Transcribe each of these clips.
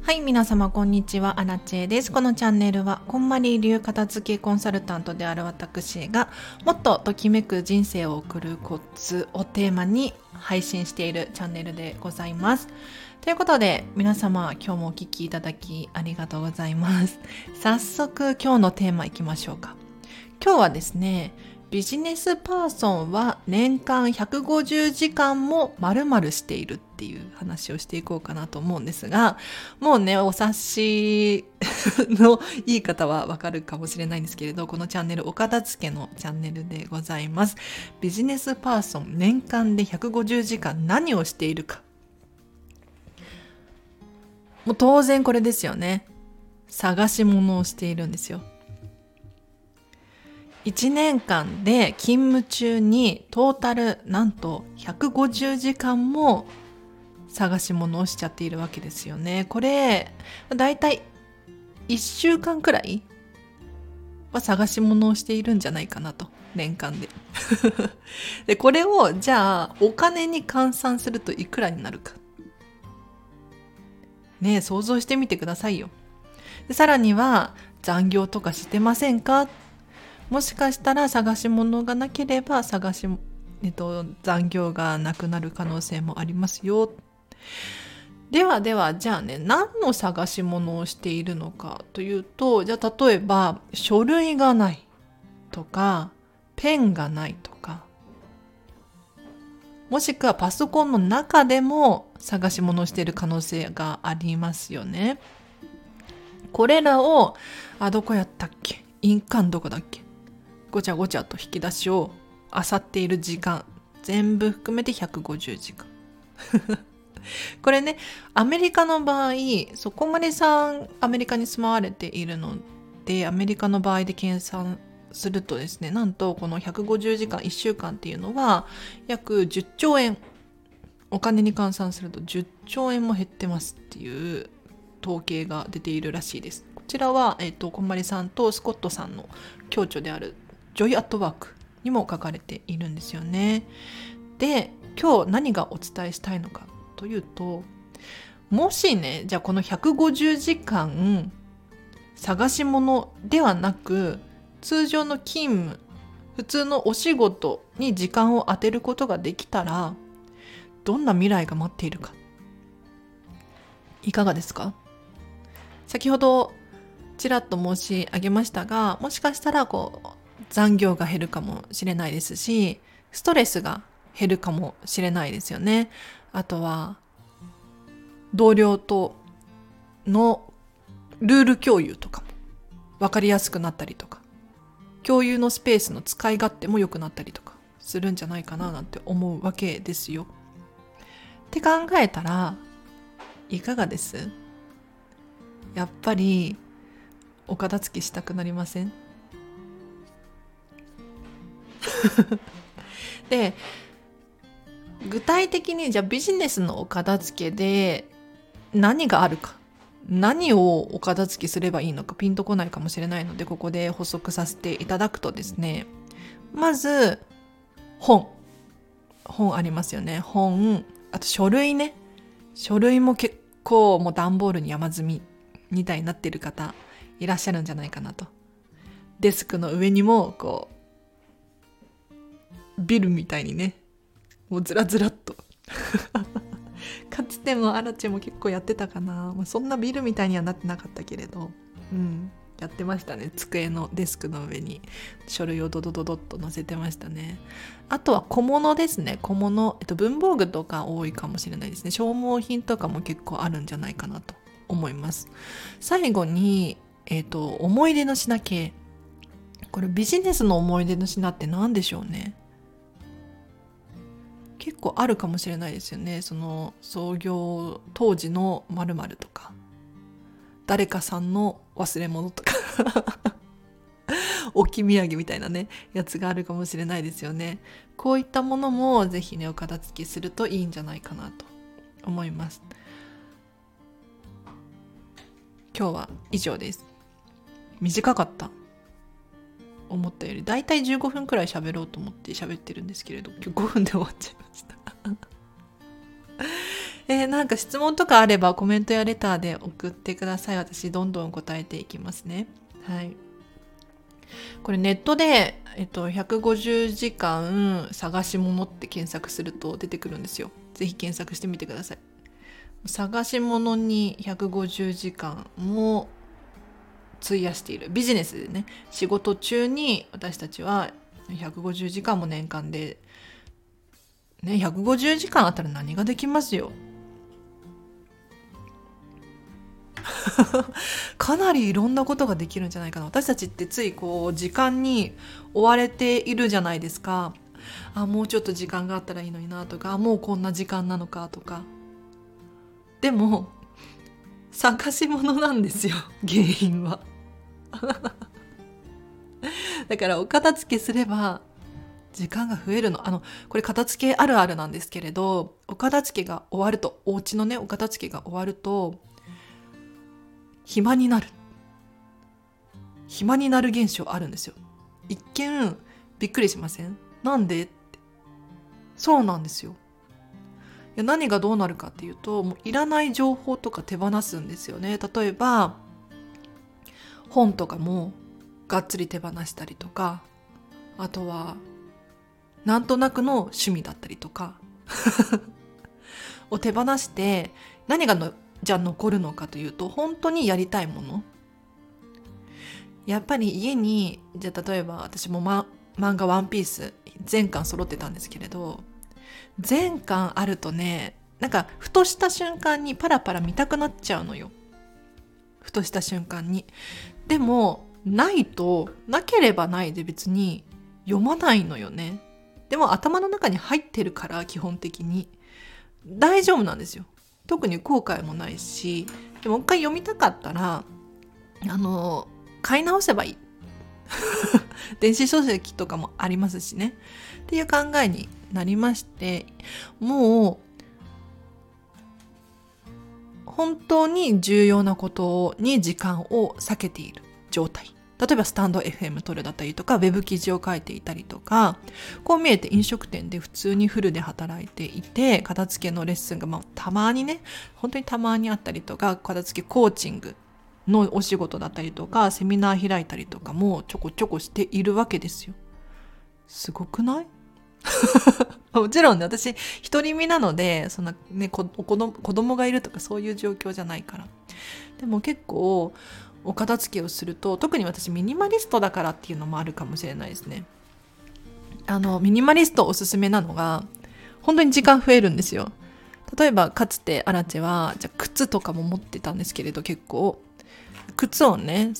はい、皆様こんにちは、アラチェです。このチャンネルはこんまり流片付けコンサルタントである私がもっとときめく人生を送るコツをテーマに配信しているチャンネルでございます。ということで皆様今日もお聞きいただきありがとうございます。早速今日のテーマいきましょうか。今日はですね、ビジネスパーソンは年間150時間も丸々しているっていう話をしていこうかなと思うんですが、もうね、お察しのいい方はわかるかもしれないんですけれど、このチャンネルお片付けのチャンネルでございます。ビジネスパーソン年間で150時間何をしているか。もう当然これですよね。探し物をしているんですよ。1年間で勤務中にトータルなんと150時間も探し物をしちゃっているわけですよね。これだいたい1週間くらいは探し物をしているんじゃないかなと、年間で。でこれをじゃあお金に換算するといくらになるかねえ、想像してみてくださいよ。でさらには残業とかしてませんか。もしかしたら探し物がなければ残業がなくなる可能性もありますよ。ではじゃあね、何の探し物をしているのかというと、じゃあ例えば書類がないとかペンがないとか、もしくはパソコンの中でも探し物をしている可能性がありますよね。これらをどこやったっけ、印鑑どこだっけ、ごちゃごちゃと引き出しを漁っている時間全部含めて150時間これね、アメリカの場合、こまりさんアメリカに住まわれているので、アメリカの場合で計算するとですね、なんとこの150時間1週間っていうのは約10兆円、お金に換算すると10兆円も減ってますっていう統計が出ているらしいです。こちらは、こんまりさんとスコットさんの共著であるジョイアットワークにも書かれているんですよね。で、今日何がお伝えしたいのかというと、もしね、じゃあこの150時間探し物ではなく、通常の勤務、普通のお仕事に時間を当てることができたら、どんな未来が待っているか、いかがですか？先ほどちらっと申し上げましたが、もしかしたら残業が減るかもしれないですし、ストレスが減るかもしれないですよね。あとは同僚とのルール共有とかも分かりやすくなったりとか、共有のスペースの使い勝手も良くなったりとかするんじゃないかななんて思うわけですよ。って考えたらいかがです？やっぱりお片付けしたくなりません？で、具体的にじゃあビジネスのお片付けで何があるか、何をお片付けすればいいのかピンとこないかもしれないので、ここで補足させていただくとですね、まず本ありますよね。本、あと書類ね。書類も結構もう段ボールに山積みみたいになってる方いらっしゃるんじゃないかなと。デスクの上にもビルみたいにね、もうずらずらっとかつてもアラチェも結構やってたかな。そんなビルみたいにはなってなかったけれど、やってましたね。机のデスクの上に書類をドドドドッと載せてましたね。あとは小物ですね。小物、文房具とか多いかもしれないですね。消耗品とかも結構あるんじゃないかなと思います。最後に、思い出の品系。これビジネスの思い出の品って何でしょうね。結構あるかもしれないですよね。その創業当時の〇〇とか、誰かさんの忘れ物とか置き土産みたいなね、やつがあるかもしれないですよね。こういったものもぜひね、お片付けするといいんじゃないかなと思います。今日は以上です。短かった。思ったよりだいたい15分くらい喋ろうと思って喋ってるんですけれど、今日5分で終わっちゃいましたなんか質問とかあればコメントやレターで送ってください。私どんどん答えていきますね。はい。これネットで、150時間探し物って検索すると出てくるんですよ。ぜひ検索してみてください。探し物に150時間も費やしている。ビジネスでね、仕事中に私たちは150時間も年間で、ね、150時間あったら何ができますよ。かなりいろんなことができるんじゃないかな。私たちってつい時間に追われているじゃないですか。もうちょっと時間があったらいいのになとか、もうこんな時間なのかとか。でも探し物なんですよ、原因は。だからお片付けすれば時間が増えるの。これ片付けあるあるなんですけれど、お片付けが終わると、お家のね、お片付けが終わると暇になる現象あるんですよ。一見びっくりしません？なんでって。そうなんですよ。何がどうなるかっていうと、もういらない情報とか手放すんですよね。例えば本とかもがっつり手放したりとか、あとはなんとなくの趣味だったりとかを手放して、何がじゃあ残るのかというと、本当にやりたいもの。やっぱり家に、じゃあ例えば私も、漫画ワンピース全巻揃ってたんですけれど、全巻あるとね、なんかふとした瞬間にパラパラ見たくなっちゃうのよ。ふとした瞬間に。でもなければないで別に読まないのよね。でも頭の中に入ってるから、基本的に大丈夫なんですよ。特に後悔もないし、でもう一回読みたかったら買い直せばいい。電子書籍とかもありますしねっていう考えになりまして、もう本当に重要なことに時間を割けている状態。例えばスタンド FM 撮るだったりとか、ウェブ記事を書いていたりとか、こう見えて飲食店で普通にフルで働いていて、片付けのレッスンがたまにね、本当にたまにあったりとか、片付けコーチングのお仕事だったりとか、セミナー開いたりとかもちょこちょこしているわけですよ。すごくない？もちろんね、私独り身なので、そんなね、子供がいるとかそういう状況じゃないから。でも結構お片付けをすると、特に私ミニマリストだからっていうのもあるかもしれないですね。ミニマリストおすすめなのが、本当に時間増えるんですよ。例えばかつてアラチェはじゃあ靴とかも持ってたんですけれど、結構靴をね、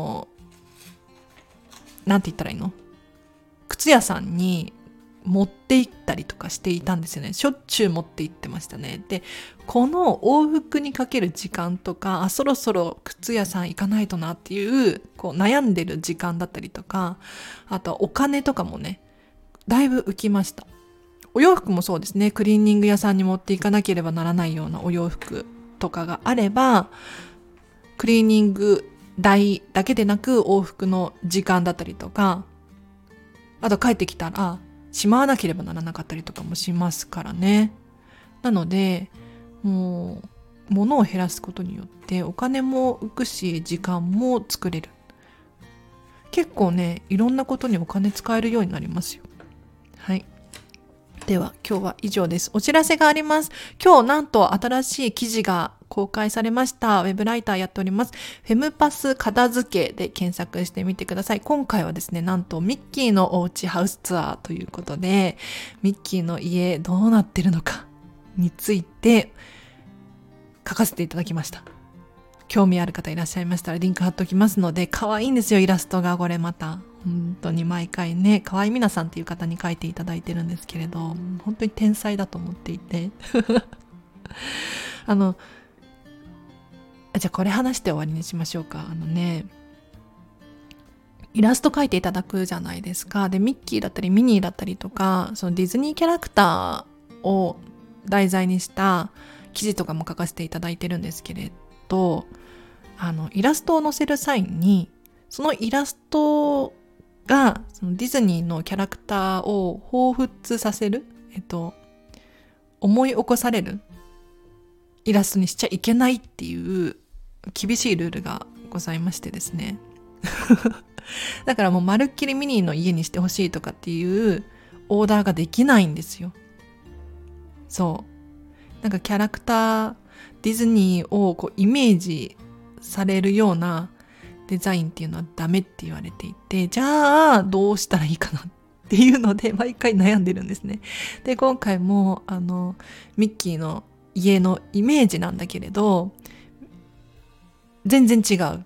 なんて言ったらいいの、靴屋さんに持って行ったりとかしていたんですよね。しょっちゅう持って行ってましたね。で、この往復にかける時間とか、そろそろ靴屋さん行かないとなっていう、悩んでる時間だったりとか、あとはお金とかもね、だいぶ浮きました。お洋服もそうですね。クリーニング屋さんに持っていかなければならないようなお洋服とかがあれば、クリーニング代だけでなく往復の時間だったりとか、あと帰ってきたらしまわなければならなかったりとかもしますからね。なので、もう物を減らすことによってお金も浮くし、時間も作れる。結構ね、いろんなことにお金使えるようになりますよ。はい。では今日は以上です。お知らせがあります。今日なんと新しい記事が公開されました。ウェブライターやっております。フェムパス片付けで検索してみてください。今回はですね、なんとミッキーのおうちハウスツアーということで、ミッキーの家どうなってるのかについて書かせていただきました。興味ある方いらっしゃいましたらリンク貼っておきますので、可愛いんですよ、イラストが。これまた本当に毎回ね、可愛いみなさんっていう方に書いていただいてるんですけれど、本当に天才だと思っていてじゃあこれ話して終わりにしましょうか。イラスト描いていただくじゃないですか。で、ミッキーだったりミニーだったりとか、そのディズニーキャラクターを題材にした記事とかも書かせていただいてるんですけれど、イラストを載せる際に、そのイラストがそのディズニーのキャラクターを彷彿させる、思い起こされるイラストにしちゃいけないっていう厳しいルールがございましてですね。だからもうまるっきりミニーの家にしてほしいとかっていうオーダーができないんですよ。そう。なんかキャラクター、ディズニーをこうイメージされるようなデザインっていうのはダメって言われていて、じゃあどうしたらいいかなっていうので毎回悩んでるんですね。で、今回もミッキーの家のイメージなんだけれど、全然違う。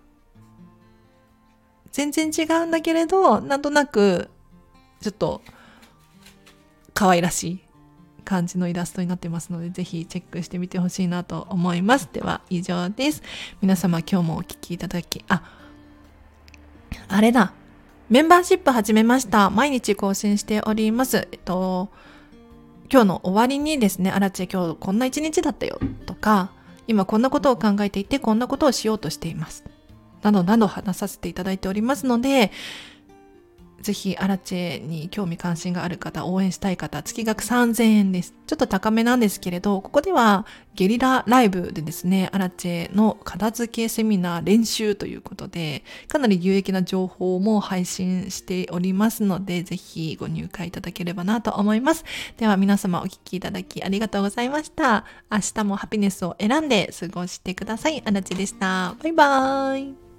全然違うんだけれど、なんとなくちょっと可愛らしい感じのイラストになってますので、ぜひチェックしてみてほしいなと思います。では以上です。皆様今日もお聞きいただき、あれだ。メンバーシップ始めました。毎日更新しております。今日の終わりにですね、あらち今日こんな一日だったよとか、今こんなことを考えていてこんなことをしようとしています。などなど話させていただいておりますので、ぜひアラチェに興味関心がある方、応援したい方、月額3000円です。ちょっと高めなんですけれど、ここではゲリラライブでですね、アラチェの片付けセミナー練習ということで、かなり有益な情報も配信しておりますので、ぜひご入会いただければなと思います。では皆様お聞きいただきありがとうございました。明日もハピネスを選んで過ごしてください。アラチェでした。バイバーイ。